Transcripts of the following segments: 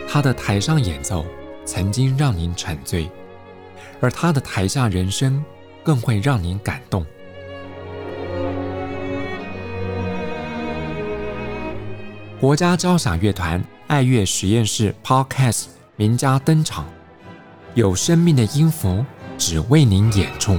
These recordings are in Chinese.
他的台上演奏曾经让您沉醉，而他的台下人生更会让您感动。国家交响乐团爱乐实验室 Podcast 名家登场，有生命的音符只为您演出。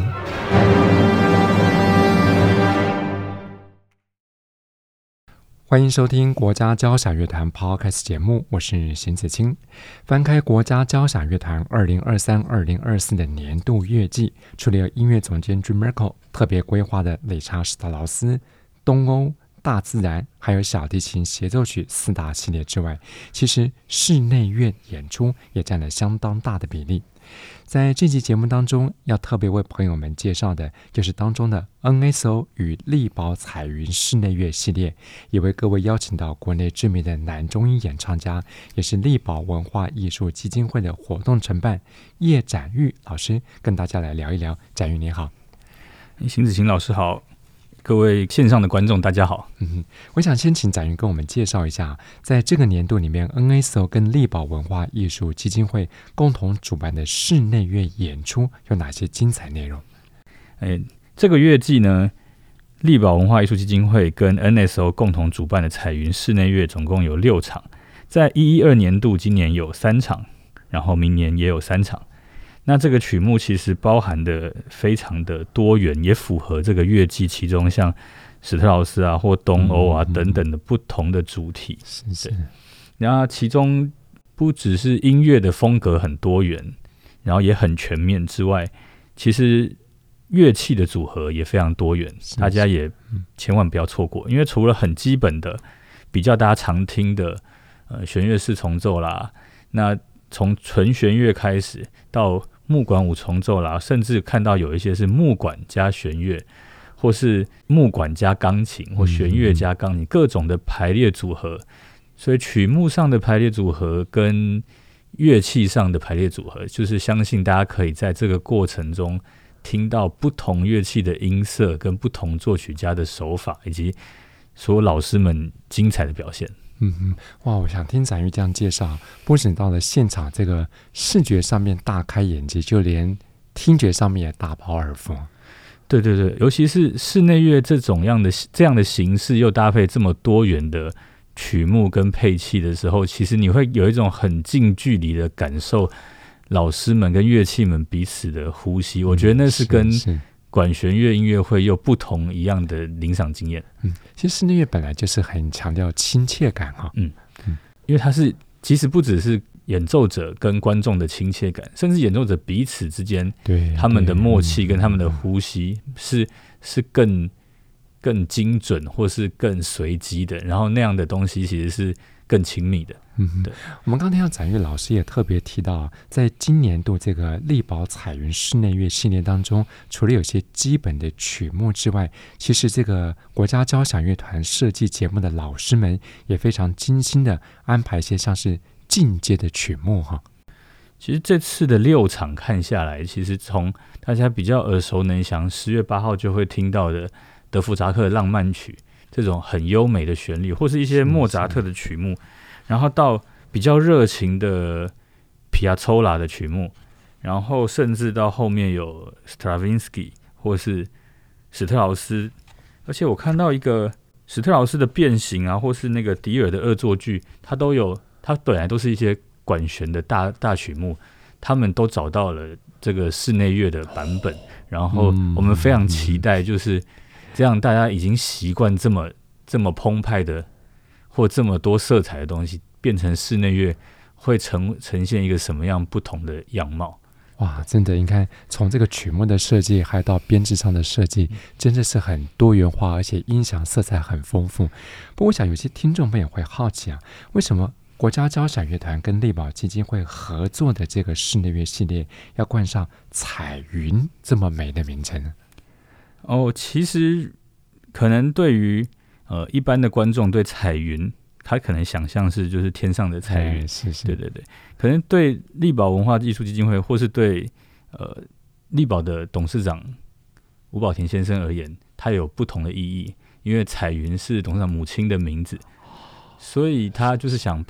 欢迎收听国家交响乐团 Podcast 节目，我是邢子清。翻开国家交响乐团2023-2024的年度乐季，除了音乐总监 Jim Merkel 特别规划的理查史特劳斯、东欧、大自然还有小提琴协奏曲4大系列之外，其实室内乐演出也占了相当大的比例。在这期节目当中，要特别为朋友们介绍的就是当中的 NSO 与力宝彩云室内乐系列，也为各位邀请到国内知名的男中音演唱家，也是力宝文化艺术基金会的活动承办叶展玉老师，跟大家来聊一聊。展玉你好。 邢子晴老师好，各位线上的观众大家好。 我想先请展云跟我们介绍一下，在这个年度里面 NSO 跟力宝文化艺术基金会共同主办的室内乐演出有哪些精彩内容。 这个乐季呢，力宝文化艺术基金会跟 NSO 共同主办的彩云室内乐总共有6场，在112年度今年有3场，然后明年也有3场。那这个曲目其实包含的非常的多元，也符合这个乐季其中像史特劳斯啊或东欧啊等等的不同的主题。 是。 然后其中不只是音乐的风格很多元，然后也很全面之外，其实乐器的组合也非常多元，大家也千万不要错过。因为除了很基本的比较大家常听的弦乐四重奏啦，那从纯弦乐开始到木管五重奏啦，甚至看到有一些是木管加弦乐，或是木管加钢琴，或弦乐加钢琴，各种的排列组合。所以曲目上的排列组合跟乐器上的排列组合，就是相信大家可以在这个过程中听到不同乐器的音色跟不同作曲家的手法，以及所有老师们精彩的表现。 哇！我想听展玉这样介绍，不仅到了现场这个视觉上面大开眼界，就连听觉上面也大饱耳福。 对，尤其是室内乐这样的形式，又搭配这么多元的曲目跟配器的时候，其实你会有一种很近距离的感受老师们跟乐器们彼此的呼吸。我觉得那是跟管弦乐音乐会又不同一样的领赏经验。 其实室内乐本来就是很强调亲切感哈。 因为它是其实不只是演奏者跟观众的亲切感，甚至演奏者彼此之间，他们的默契跟他们的呼吸是更精准或是更随机的，然后那样的东西其实是更亲密的。对， 我们刚听到展玉老师也特别提到，在今年度这个力宝彩云室内乐系列当中，除了有些基本的曲目之外，其实这个国家交响乐团设计节目的老师们也非常精心的安排一些像是进阶的曲目哈。 其实这次的6场看下来，其实从大家比较耳熟能详10月8号就会听到的德弗扎克的浪漫曲，这种很优美的旋律，或是一些莫扎特的曲目，然后到比较热情的皮亚佐拉的曲目，然后甚至到后面有 Stravinsky 或是史特劳斯，而且我看到一个史特劳斯的变形啊，或是那个迪尔的恶作剧，它本来都是一些管弦的大曲目，他们都找到了这个室内乐的版本，然后我们非常期待，就是这样大家已经习惯这么澎湃的或这么多色彩的东西，变成室内乐会呈现一个什么样不同的样貌。 哇，真的，你看从这个曲目的设计还有到编制上的设计，真的是很多元化，而且音响色彩很丰富。不过我想有些听众朋友会好奇啊，为什么国家交响乐团跟力宝基金会合作的这个室内乐系列要冠上彩云这么美的名称呢？ 其实可能对于一般的观众对彩云，他可能想象是就是天上的彩云， 是， 对，可能对力宝文化艺术基金会或是对力宝的董事长吴宝田先生而言，它有不同的意义，因为彩云是董事长母亲的名字，所以他就是想把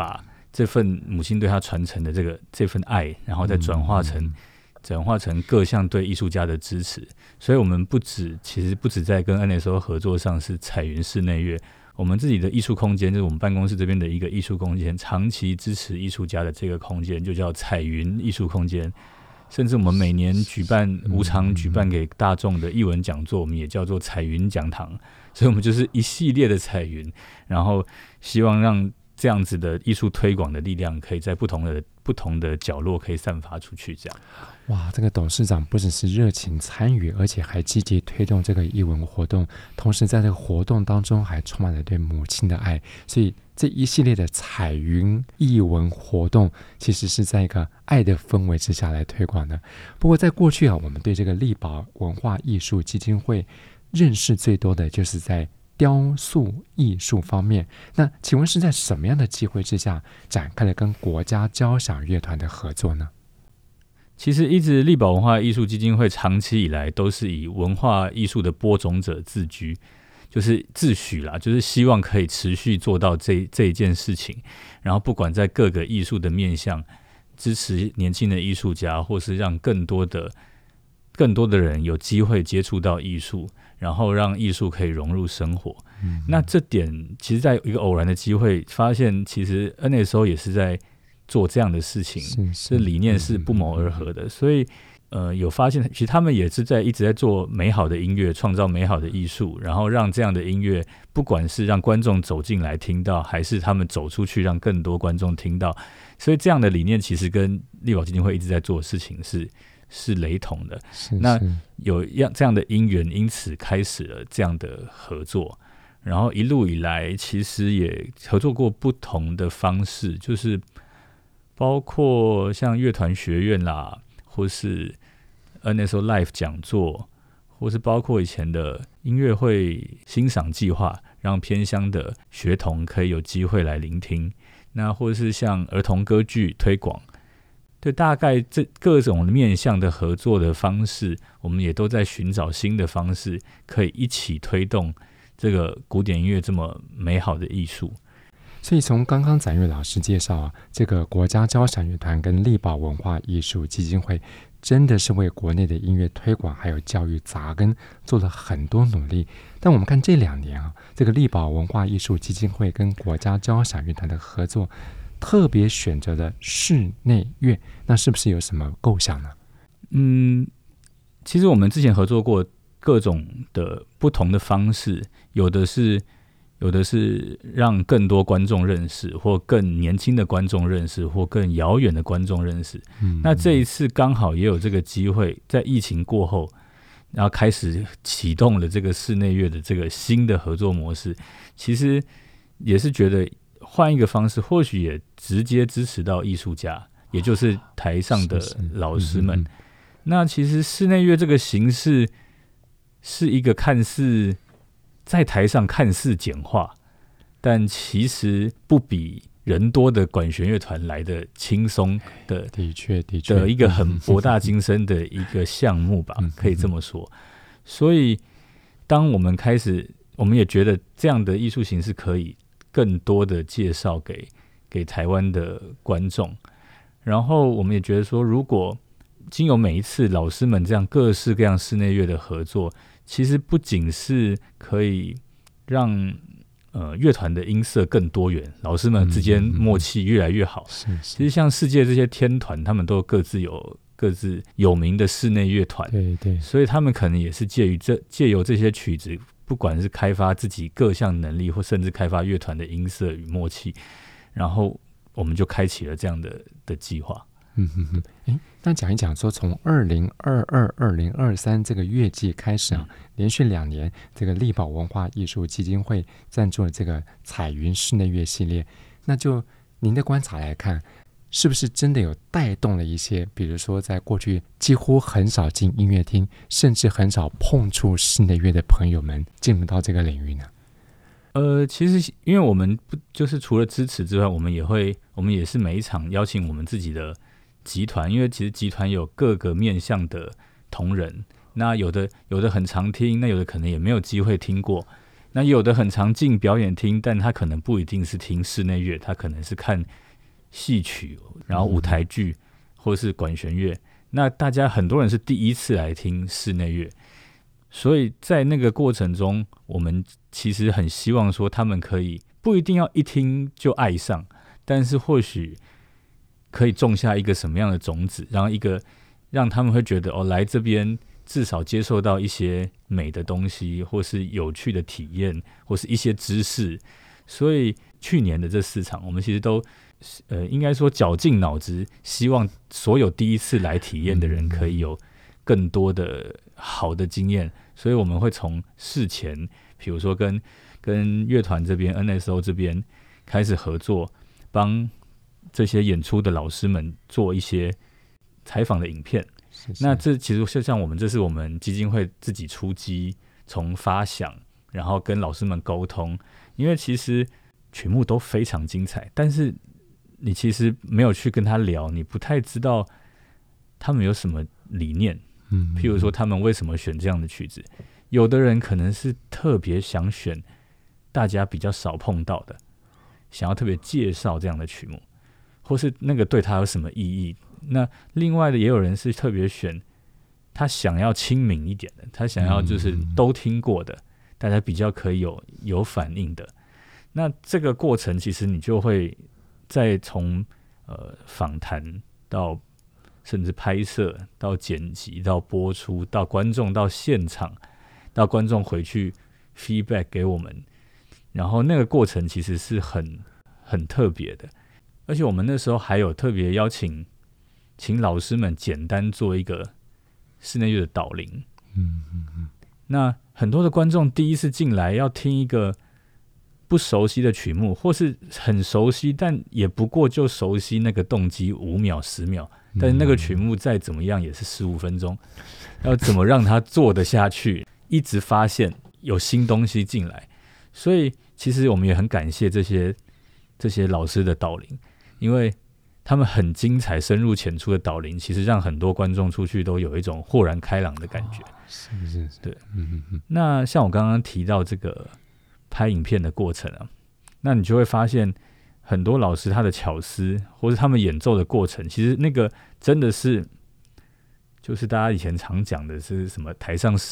这份母亲对他传承的这份爱，然后再转化成各项对艺术家的支持。所以我们其实不止在跟 NSO 合作上是彩云室内乐，我们自己的艺术空间，就是我们办公室这边的一个艺术空间，长期支持艺术家的这个空间就叫彩云艺术空间。甚至我们每年无偿举办给大众的艺文讲座，我们也叫做彩云讲堂。所以我们就是一系列的彩云，然后希望让这样子的艺术推广的力量可以在不同的角落可以散发出去。这样， 哇，这个董事长不只是热情参与，而且还积极推动这个艺文活动，同时在这个活动当中还充满了对母亲的爱。所以这一系列的彩云艺文活动其实是在一个爱的氛围之下来推广的。不过在过去我们对这个力宝文化艺术基金会认识最多的就是在雕塑艺术方面。那请问是在什么样的机会之下展开了跟国家交响乐团的合作呢？ 其实一直力宝文化艺术基金会长期以来都是以文化艺术的播种者自居，就是自诩啦，就是希望可以持续做到这一件事情。然后不管在各个艺术的面向，支持年轻的艺术家，或是让更多的人有机会接触到艺术，然后让艺术可以融入生活。那这点其实在一个偶然的机会发现，其实 NSO 也是在做这样的事情，这理念是不谋而合的。所以有发现其实他们也是一直在做美好的音乐，创造美好的艺术，然后让这样的音乐不管是让观众走进来听到，还是他们走出去让更多观众听到。所以这样的理念其实跟力宝基金会一直在做的事情是雷同的。那有这样的因缘，因此开始了这样的合作。然后一路以来其实也合作过不同的方式，就是包括像乐团学院啦，或是 NSO Live 讲座，或是包括以前的音乐会欣赏计划，让偏乡的学童可以有机会来聆听。那或是像儿童歌剧推广，对，大概这各种面向的合作的方式，我们也都在寻找新的方式，可以一起推动这个古典音乐这么美好的艺术。 所以从刚刚展岳老师介绍这个国家交响乐团跟力宝文化艺术基金会真的是为国内的音乐推广还有教育扎根做了很多努力。但我们看这2年这个力宝文化艺术基金会跟国家交响乐团的合作，特别选择了室内乐，那是不是有什么构想呢？ 其实我们之前合作过各种的不同的方式，有的是让更多观众认识，或更年轻的观众认识，或更遥远的观众认识。那这一次刚好也有这个机会，在疫情过后，然后开始启动了这个室内乐的这个新的合作模式。其实也是觉得换一个方式，或许也直接支持到艺术家，也就是台上的老师们。那其实室内乐这个形式是一个看似在台上看似简化，但其实不比人多的管弦乐团来的轻松的一个很博大精深的一个项目吧，可以这么说。所以当我们开始，我们也觉得这样的艺术形式可以更多的介绍给台湾的观众。然后我们也觉得说，如果经由每一次老师们这样各式各样室内乐的合作，其实不仅是可以让乐团的音色更多元，老师们之间默契越来越好。其实像世界这些天团，他们都各自有名的室内乐团，对，所以他们可能也是借由这些曲子，不管是开发自己各项能力，或甚至开发乐团的音色与默契，然后我们就开启了这样的计划。 那讲一讲说，从2022、2023这个乐季开始连续2年，这个力宝文化艺术基金会赞助了这个彩云室内乐系列。那就您的观察来看，是不是真的有带动了一些，比如说在过去几乎很少进音乐厅，甚至很少碰触室内乐的朋友们进入到这个领域呢？ 其实因为我们不就是除了支持之外，我们也是每一场邀请我们自己的集团，因为其实集团有各个面向的同仁，那有的很常听，那有的可能也没有机会听过，那有的很常进表演厅，但他可能不一定是听室内乐，他可能是看戏曲，然后舞台剧或是管弦乐，那大家很多人是第一次来听室内乐，所以在那个过程中，我们其实很希望说他们可以不一定要一听就爱上，但是或许可以种下一个什么样的种子，然后让他们会觉得来这边至少接受到一些美的东西，或是有趣的体验，或是一些知识。所以去年的这4场，我们其实都应该说绞尽脑汁，希望所有第一次来体验的人可以有更多的好的经验。所以我们会从事前，比如说跟乐团这边 NSO 这边开始合作，帮这些演出的老师们做一些采访的影片。那这其实就像这是我们基金会自己出击，从发想，然后跟老师们沟通，因为其实曲目都非常精彩，但是你其实没有去跟他聊，你不太知道他们有什么理念。譬如说他们为什么选这样的曲子，有的人可能是特别想选大家比较少碰到的，想要特别介绍这样的曲目，或是那个对他有什么意义。那另外的也有人是特别选他想要亲民一点的，他想要就是都听过的，大家比较可以有反应的。那这个过程其实你就会再从访谈到甚至拍摄到剪辑到播出到观众到现场到观众回去 feedback 给我们，然后那个过程其实是很特别的。而且我们那时候还有特别请老师们简单做一个室内乐的导聆。那很多的观众第一次进来要听一个不熟悉的曲目，或是很熟悉但也不过就熟悉那个动机5秒10秒，但是那个曲目再怎么样也是15分钟，要怎么让他做得下去，一直发现有新东西进来。所以其实我们也很感谢这些老师的导聆，因为他们很精彩深入浅出的导聆，其实让很多观众出去都有一种豁然开朗的感觉。 是， 对。那像我刚刚提到这个拍影片的过程啊，那你就会发现很多老师他的巧思，或是他们演奏的过程，其实那个真的是就是大家以前常讲的是什么台上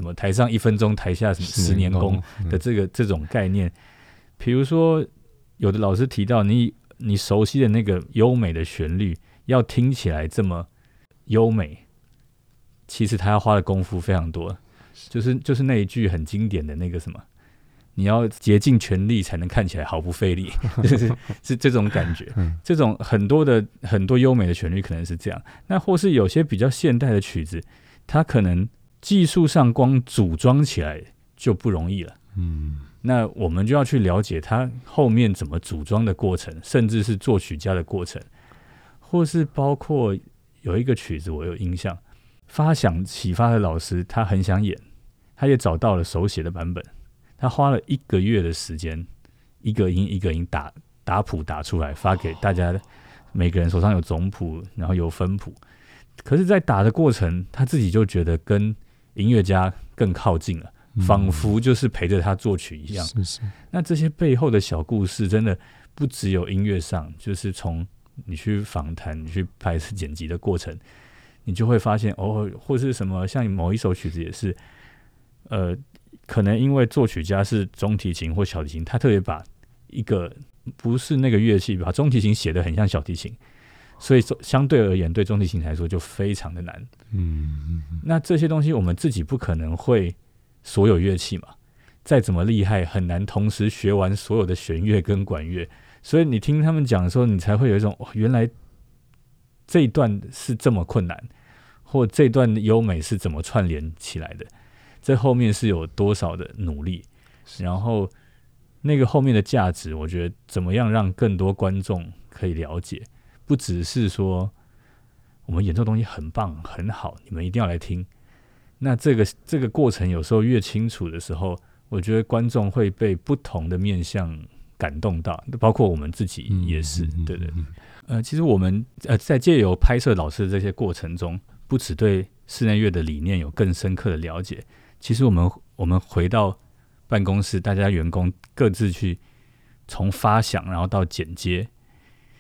1分钟，台下10年功的这种概念。比如说有的老师提到你熟悉的那个优美的旋律要听起来这么优美，其实他要花的功夫非常多，就是那一句很经典的那个什么，你要竭尽全力才能看起来毫不费力，是这种感觉。这种很多优美的旋律可能是这样。那或是有些比较现代的曲子，它可能技术上光组装起来就不容易了。那我们就要去了解它后面怎么组装的过程，甚至是作曲家的过程，或是包括有一个曲子我有印象，发想启发的老师他很想演，他也找到了手写的版本，他花了1个月的时间，一个音一个音打谱打出来，发给大家，每个人手上有总谱，然后有分谱。可是在打的过程，他自己就觉得跟音乐家更靠近了，仿佛就是陪着他作曲一样。 是。 那这些背后的小故事真的不只有音乐上，就是从你去访谈你去拍摄剪辑的过程，你就会发现或是什么像某一首曲子也是可能因为作曲家是中提琴或小提琴，他特别把一个不是那个乐器把中提琴写得很像小提琴，所以相对而言对中提琴来说就非常的难。那这些东西我们自己不可能会所有乐器嘛，再怎么厉害很难同时学完所有的弦乐跟管乐，所以你听他们讲的时候，你才会有一种原来这一段是这么困难，或这一段优美是怎么串联起来的，这后面是有多少的努力，然后那个后面的价值，我觉得怎么样让更多观众可以了解，不只是说我们演奏东西很棒很好，你们一定要来听。那这个过程有时候越清楚的时候，我觉得观众会被不同的面向感动到，包括我们自己也是。对。其实我们在借由拍摄老师的这些过程中，不只对室内乐的理念有更深刻的了解，其实我们回到办公室，大家员工各自去从发想然后到剪接，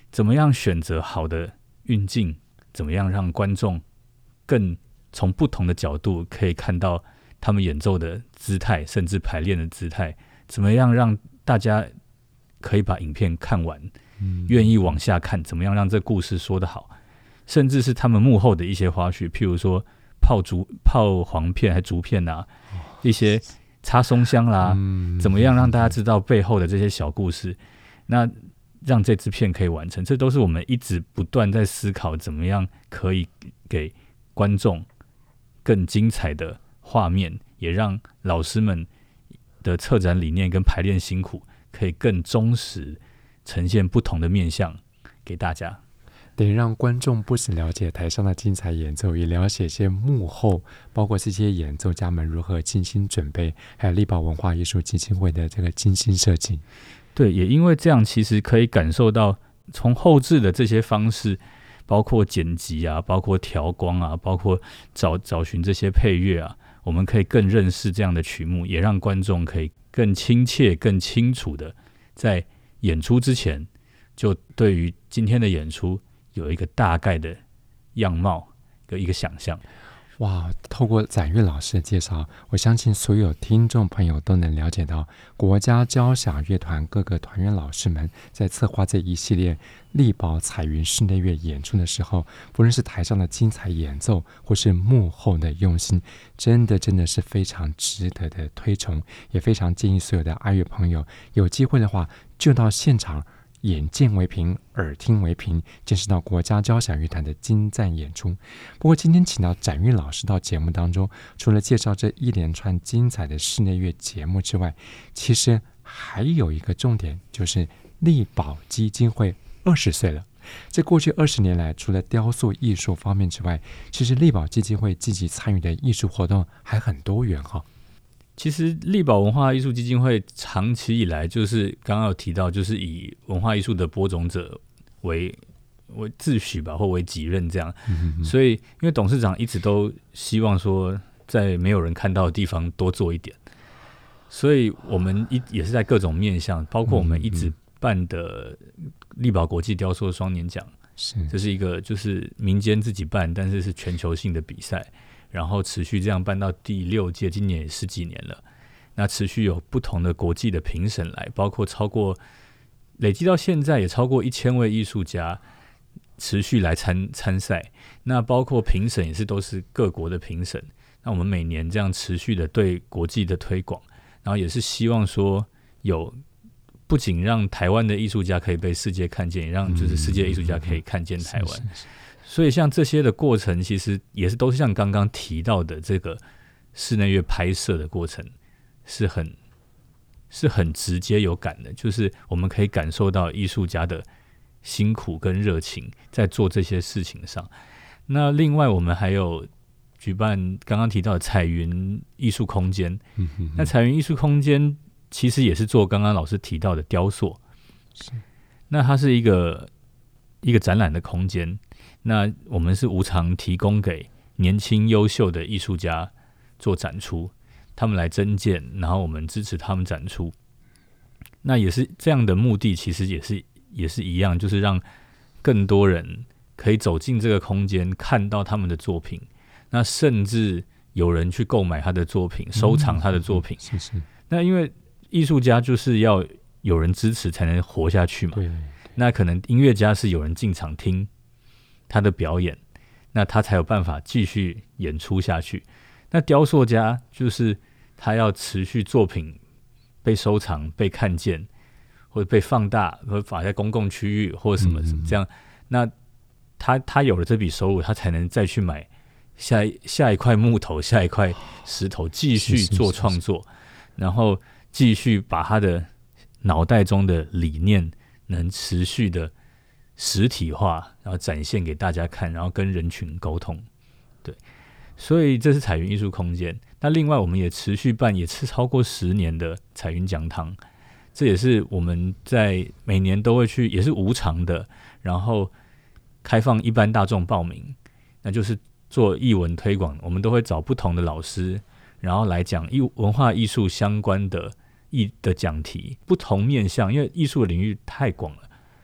怎么样选择好的运镜，怎么样让观众更从不同的角度可以看到他们演奏的姿态，甚至排练的姿态，怎么样让大家可以把影片看完，愿意往下看，怎么样让这故事说得好，甚至是他们幕后的一些花絮，譬如说泡黄片还竹片啊，一些插松香啦，怎么样让大家知道背后的这些小故事，那让这支片可以完成，这都是我们一直不断在思考，怎么样可以给观众更精彩的画面，也让老师们的策展理念跟排练辛苦可以更忠实呈现不同的面向给大家， 得让观众不只了解台上的精彩演奏，也了解一些幕后，包括这些演奏家们如何精心准备，还有力宝文化艺术基金会的这个精心设计。 对，也因为这样，其实可以感受到从后制的这些方式，包括剪辑啊，包括调光啊，包括找寻这些配乐啊，我们可以更认识这样的曲目，也让观众可以更亲切、更清楚的在演出之前，就对于今天的演出有一个大概的样貌的一个想象。 哇，透过展岳老师的介绍，我相信所有听众朋友都能了解到国家交响乐团各个团员老师们在策划这一系列力宝彩云室内乐演出的时候，不论是台上的精彩演奏或是幕后的用心，真的是非常值得的推崇，也非常建议所有的爱乐朋友有机会的话就到现场，眼见为凭，耳听为凭，见识到国家交响乐团的精湛演出。不过今天请到展岳老师到节目当中，除了介绍这一连串精彩的室内乐节目之外，其实还有一个重点，就是力宝基金会20岁了。在过去20年来，除了雕塑艺术方面之外，其实力宝基金会积极参与的艺术活动还很多元哈。 其实力宝文化艺术基金会长期以来就是刚刚有提到，就是以文化艺术的播种者为自诩吧，或为己任这样。所以因为董事长一直都希望说在没有人看到的地方多做一点，所以我们也是在各种面向，包括我们一直办的力宝国际雕塑双年奖，这是一个就是民间自己办，但是是全球性的比赛，然后持续这样办到第6届，今年也10几年了。那持续有不同的国际的评审来，包括累积到现在也超过1000位艺术家持续来参赛。那包括评审也是都是各国的评审。那我们每年这样持续的对国际的推广，然后也是希望说不仅让台湾的艺术家可以被世界看见，也让就是世界艺术家可以看见台湾。所以像这些的过程，其实也是都是像刚刚提到的这个室内乐拍摄的过程，是很直接有感的，就是我们可以感受到艺术家的辛苦跟热情在做这些事情上。那另外我们还有举办刚刚提到的彩云艺术空间，那彩云艺术空间其实也是做刚刚老师提到的雕塑，那它是一个展览的空间。那我们是无偿提供给年轻优秀的艺术家做展出，他们来增建，然后我们支持他们展出。那也是这样的目的，其实也是一样，就是让更多人可以走进这个空间，看到他们的作品。那甚至有人去购买他的作品，收藏他的作品。那因为艺术家就是要有人支持才能活下去嘛。对。那可能音乐家是有人进场听他的表演，那他才有办法继续演出下去。那雕塑家就是他要持续作品被收藏、被看见，或者被放大，或者放在公共区域或者什么这样。那他有了这笔收入，他才能再去买下一块木头、下一块石头，继续做创作，然后继续把他的脑袋中的理念能持续的实体化，然后展现给大家看，然后跟人群沟通。对，所以这是彩云艺术空间。那另外我们也持续办，也是超过10年的彩云讲堂，这也是我们在每年都会去，也是无偿的，然后开放一般大众报名，那就是做艺文推广。我们都会找不同的老师，然后来讲文化艺术相关的讲题，不同面向，因为艺术的领域太广了，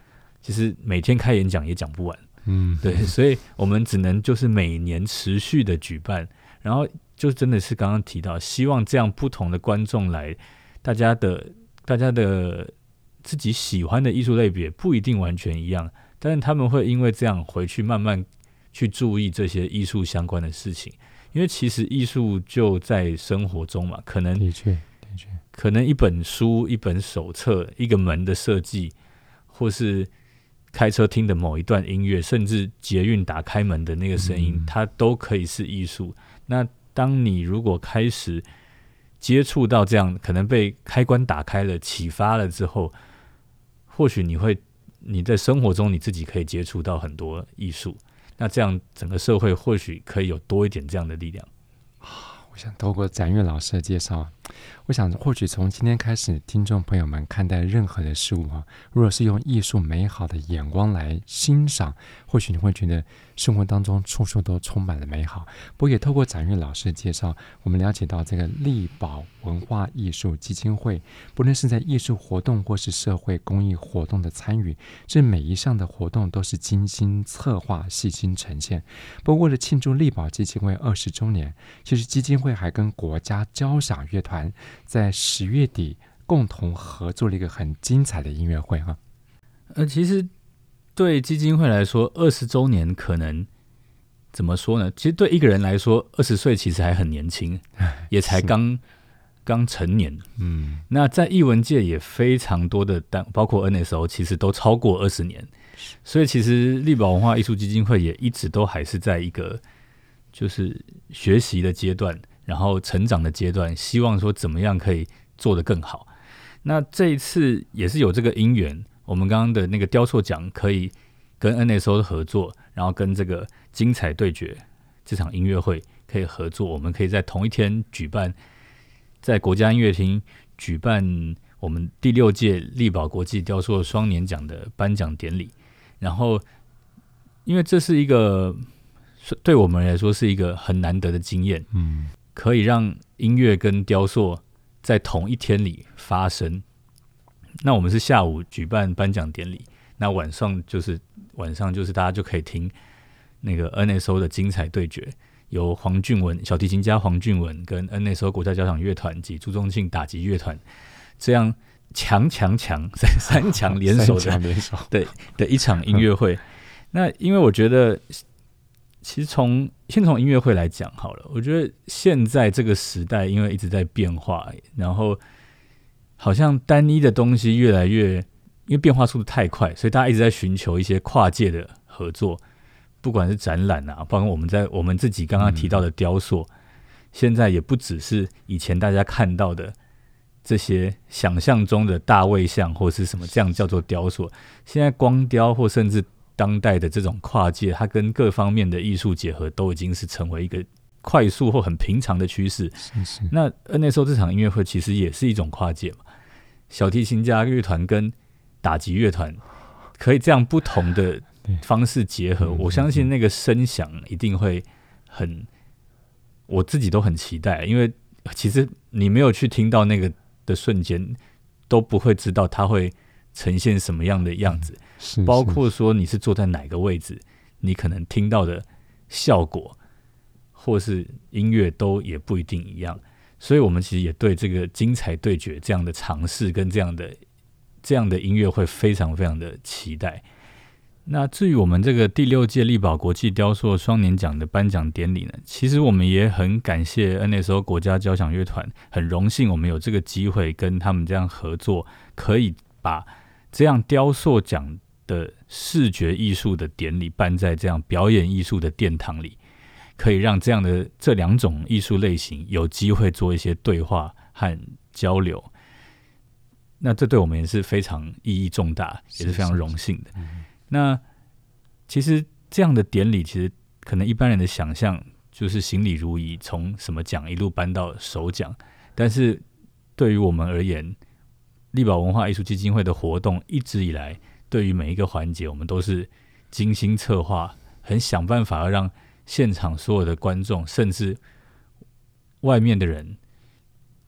其实每天开演讲也讲不完。对，所以我们只能就是每年持续的举办，然后就真的是刚刚提到，希望这样不同的观众来，大家的自己喜欢的艺术类别不一定完全一样，但是他们会因为这样回去慢慢去注意这些艺术相关的事情，因为其实艺术就在生活中嘛，可能一本书、一本手册、一个门的设计，或是开车听的某一段音乐，甚至捷运打开门的那个声音，它都可以是艺术。那当你如果开始接触到这样，可能被开关打开了、启发了之后，或许你在生活中你自己可以接触到很多艺术，那这样整个社会或许可以有多一点这样的力量。 我想透过展岳老师的介绍，我想或许从今天开始，听众朋友们看待任何的事物如果是用艺术美好的眼光来欣赏，或许你会觉得生活当中处处都充满了美好。不过也透过展岳老师的介绍，我们了解到这个力宝文化艺术基金会，不论是在艺术活动或是社会公益活动的参与，这每一项的活动都是精心策划、细心呈现。不过为了庆祝力宝基金会20周年，其实基金会还跟国家交响乐团在10月底共同合作了一个很精彩的音乐会其实对基金会来说，20周年可能怎么说呢？其实对一个人来说，20岁其实还很年轻，也才刚成年。那在艺文界也非常多的包括 NSO 其实都超过20年，所以其实力宝文化艺术基金会也一直都还是在一个就是学习的阶段，然后成长的阶段，希望说怎么样可以做得更好。那这一次也是有这个因缘，我们刚刚的那个雕塑奖可以跟 NSO 合作，然后跟这个精彩对决这场音乐会可以合作，我们可以在同一天举办，在国家音乐厅举办我们第6届力宝国际雕塑双年奖的颁奖典礼。然后因为这是一个对我们来说是一个很难得的经验，可以让音乐跟雕塑在同一天里发生。那我们是下午举办颁奖典礼，那晚上就是大家就可以听那个 NSO 的精彩对决，由黄俊文小提琴家黄俊文跟 NSO 国家交响乐团及朱宗庆打击乐团这样三强联手的一场音乐会。那因为我觉得其实先从音乐会来讲好了，我觉得现在这个时代因为一直在变化，然后好像单一的东西越来越，因为变化速度太快，所以大家一直在寻求一些跨界的合作，不管是展览包括我们自己刚刚提到的雕塑，现在也不只是以前大家看到的这些想象中的大卫像或是什么这样叫做雕塑，现在光雕或甚至当代的这种跨界，它跟各方面的艺术结合，都已经是成为一个快速或很平常的趋势。那 NSO 这场音乐会其实也是一种跨界嘛，小提琴家乐团跟打击乐团可以这样不同的方式结合，我相信那个声响一定会我自己都很期待，因为其实你没有去听到那个的瞬间，都不会知道它会呈现什么样的样子，包括说你是坐在哪个位置，你可能听到的效果或是音乐都也不一定一样。所以我们其实也对这个精彩对决这样的尝试跟这样的音乐会非常非常的期待。那至于我们这个第6届力宝国际雕塑双年奖的颁奖典礼呢，其实我们也很感谢 NSO 国家交响乐团，很荣幸我们有这个机会跟他们这样合作，可以把这样雕塑奖的视觉艺术的典礼办在这样表演艺术的殿堂里，可以让这样的这2种艺术类型有机会做一些对话和交流。那这对我们也是非常意义重大，也是非常荣幸的。那其实这样的典礼，其实可能一般人的想象就是行礼如仪，从什么奖一路颁到首奖，但是对于我们而言，力宝文化艺术基金会的活动一直以来，对于每一个环节，我们都是精心策划，很想办法要让现场所有的观众，甚至外面的人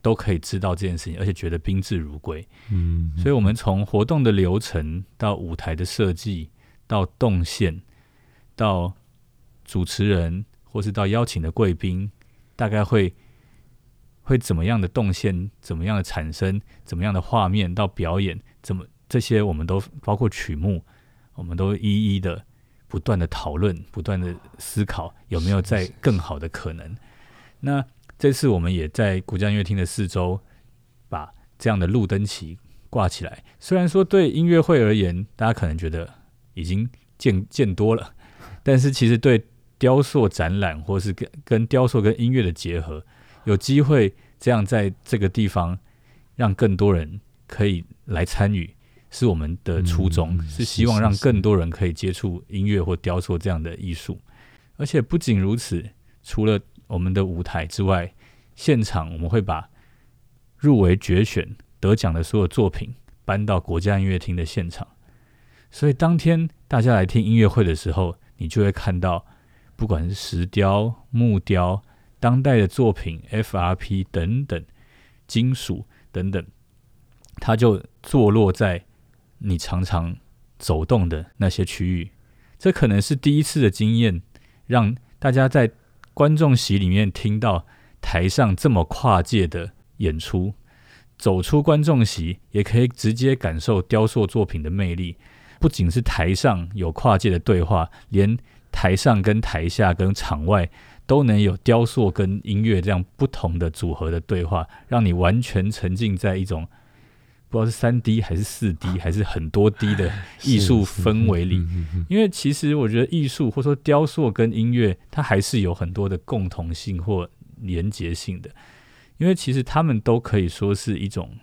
都可以知道这件事情，而且觉得宾至如归。所以我们从活动的流程到舞台的设计，到动线，到主持人，或是到邀请的贵宾，大概会怎么样的动线，怎么样的产生，怎么样的画面，到表演，这些我们都包括曲目，我们都一一的不断的讨论，不断的思考有没有再更好的可能。那这次我们也在国家音乐厅的四周把这样的路灯旗挂起来。虽然说对音乐会而言，大家可能觉得已经见多了，但是其实对雕塑展览或是跟雕塑跟音乐的结合，有机会这样在这个地方让更多人可以来参与，是我们的初衷，是希望让更多人可以接触音乐或雕塑这样的艺术。而且不仅如此，除了我们的舞台之外，现场我们会把入围决选得奖的所有作品搬到国家音乐厅的现场，所以当天大家来听音乐会的时候，你就会看到不管是石雕、木雕、当代的作品、FRP 等等、金属等等，它就坐落在你常常走动的那些区域。这可能是第一次的经验，让大家在观众席里面听到台上这么跨界的演出，走出观众席也可以直接感受雕塑作品的魅力。不仅是台上有跨界的对话，连台上跟台下跟场外都能有雕塑跟音乐这样不同的组合的对话，让你完全沉浸在一种不知道是 3D 还是 4D 还是很多 D 的艺术氛围里。因为其实我觉得艺术或者说雕塑跟音乐，它还是有很多的共同性或连结性的，因为其实他们都可以说是一种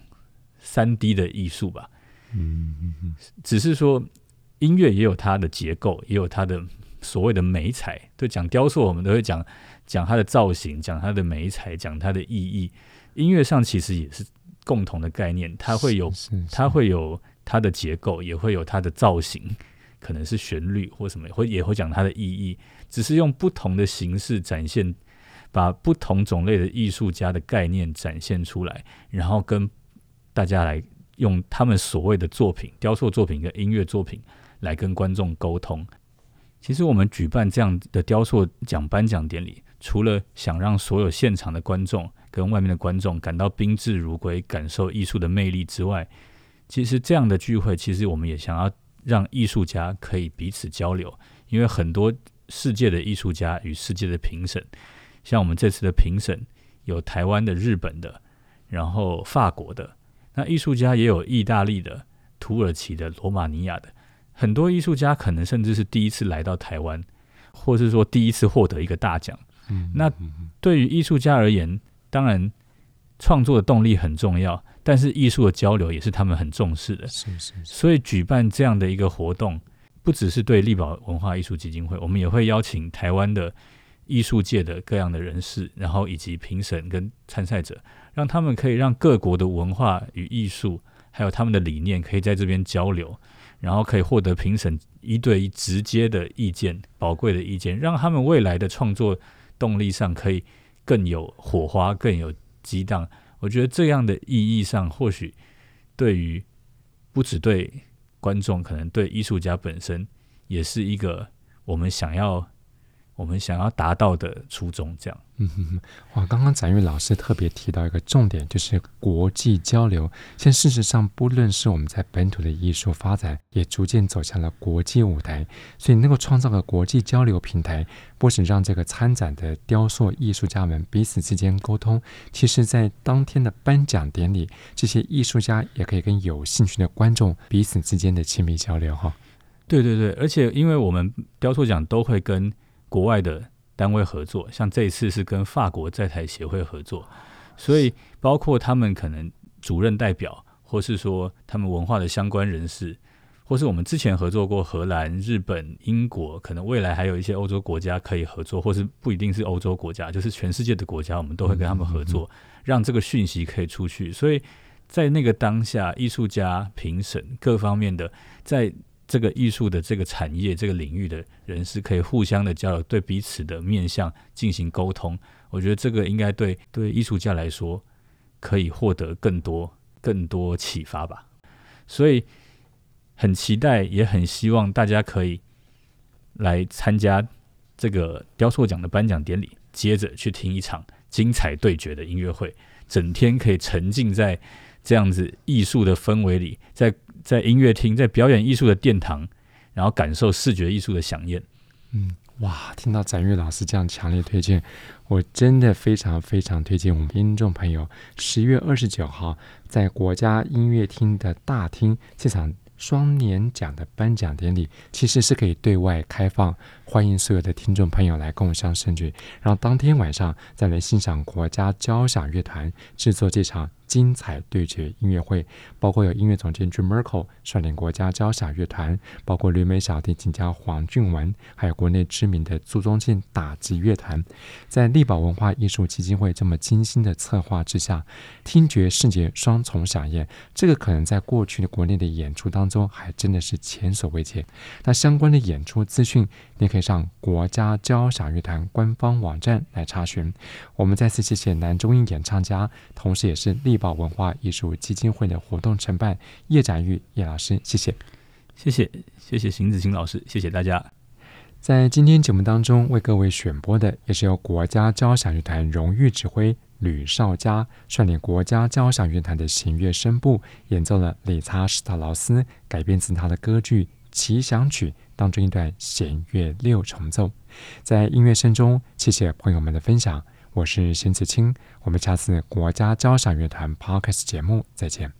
3D 的艺术吧。只是说音乐也有它的结构，也有它的所谓的媒材。对，讲雕塑我们都会讲它的造型，讲它的媒材，讲它的意义。音乐上其实也是共同的概念，它会有它的结构，也会有它的造型，可能是旋律或什么，也会讲它的意义，只是用不同的形式展现，把不同种类的艺术家的概念展现出来，然后跟大家来用他们所谓的作品，雕塑作品跟音乐作品来跟观众沟通。其实我们举办这样的雕塑奖颁奖典礼，除了想让所有现场的观众跟外面的观众感到宾至如归，感受艺术的魅力之外，其实这样的聚会，其实我们也想要让艺术家可以彼此交流。因为很多世界的艺术家与世界的评审，像我们这次的评审有台湾的、日本的，然后法国的，那艺术家也有意大利的、土耳其的、罗马尼亚的。很多艺术家可能甚至是第一次来到台湾，或是说第一次获得一个大奖。那对于艺术家而言，当然创作的动力很重要，但是艺术的交流也是他们很重视的。所以举办这样的一个活动，不只是对力宝文化艺术基金会，我们也会邀请台湾的艺术界的各样的人士，然后以及评审跟参赛者，让他们可以让各国的文化与艺术还有他们的理念可以在这边交流，然后可以获得评审一对一直接的意见，宝贵的意见，让他们未来的创作动力上可以更有火花，更有激荡。我觉得这样的意义上，或许对于不只对观众，可能对艺术家本身也是一个我们想要达到的初衷。这样。 哇，刚刚展玉老师特别提到一个重点，就是国际交流。现在事实上，不论是我们在本土的艺术发展，也逐渐走向了国际舞台，所以能够创造个国际交流平台，不仅让这个参展的雕塑艺术家们彼此之间沟通，其实在当天的颁奖典礼，这些艺术家也可以跟有兴趣的观众彼此之间的亲密交流。 对对对，而且因为我们雕塑奖都会跟国外的单位合作，像这一次是跟法国在台协会合作，所以包括他们可能主任代表，或是说他们文化的相关人士，或是我们之前合作过荷兰、日本、英国，可能未来还有一些欧洲国家可以合作，或是不一定是欧洲国家，就是全世界的国家，我们都会跟他们合作，让这个讯息可以出去。所以在那个当下，艺术家、评审各方面的，在这个艺术的这个产业这个领域的人士可以互相的交流，对彼此的面向进行沟通。我觉得这个应该对艺术家来说， 可以获得更多启发吧。所以很期待，也很希望大家可以来参加这个雕塑奖的颁奖典礼，接着去听一场精彩对决的音乐会，整天可以沉浸在这样子艺术的氛围里，在音乐厅，在表演艺术的殿堂，然后感受视觉艺术的飨宴。 哇，听到展岳老师这样强烈推荐，我真的非常非常推荐我们听众朋友10月29号在国家音乐厅的大厅，这场双年奖的颁奖典礼其实是可以对外开放，欢迎所有的听众朋友来共襄盛举，然后当天晚上再来欣赏国家交响乐团制作这场精彩对决音乐会，包括有音乐总监 Jim Merkel 率领国家交响乐团，包括旅美小提琴家黄俊文，还有国内知名的朱宗庆打击乐团。在力宝文化艺术基金会这么精心的策划之下，听觉视觉双重飨宴，这个可能在过去的国内的演出当中还真的是前所未见。那相关的演出资讯你可以上国家交响乐团官方网站来查询。我们再次谢谢男中音演唱家，同时也是力宝文化艺术基金会的活动承办叶展玉叶老师，谢谢。 谢谢邢子清老师，谢谢大家。 在今天节目当中为各位选播的也是由国家交响乐团荣誉指挥吕绍嘉率领国家交响乐团的弦乐声部演奏了理查史特劳斯改编自他的歌剧《奇想曲》当中一段弦乐6重奏。在音乐声中，谢谢朋友们的分享，我是邢子清，我们下次国家交响乐团 Podcast 节目再见。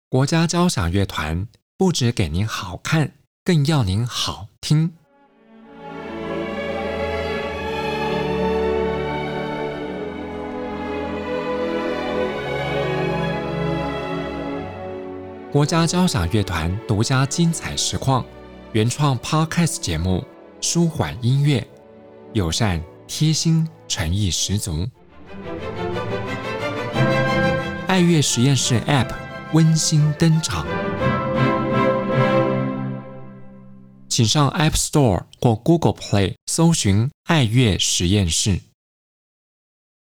国家交响乐团不只给您好看，更要您好听。国家交响乐团独家精彩实况，原创 Podcast 节目，舒缓音乐，友善贴心，诚意十足。爱乐实验室 App 温馨登场，请上 App Store 或 Google Play 搜寻爱乐实验室。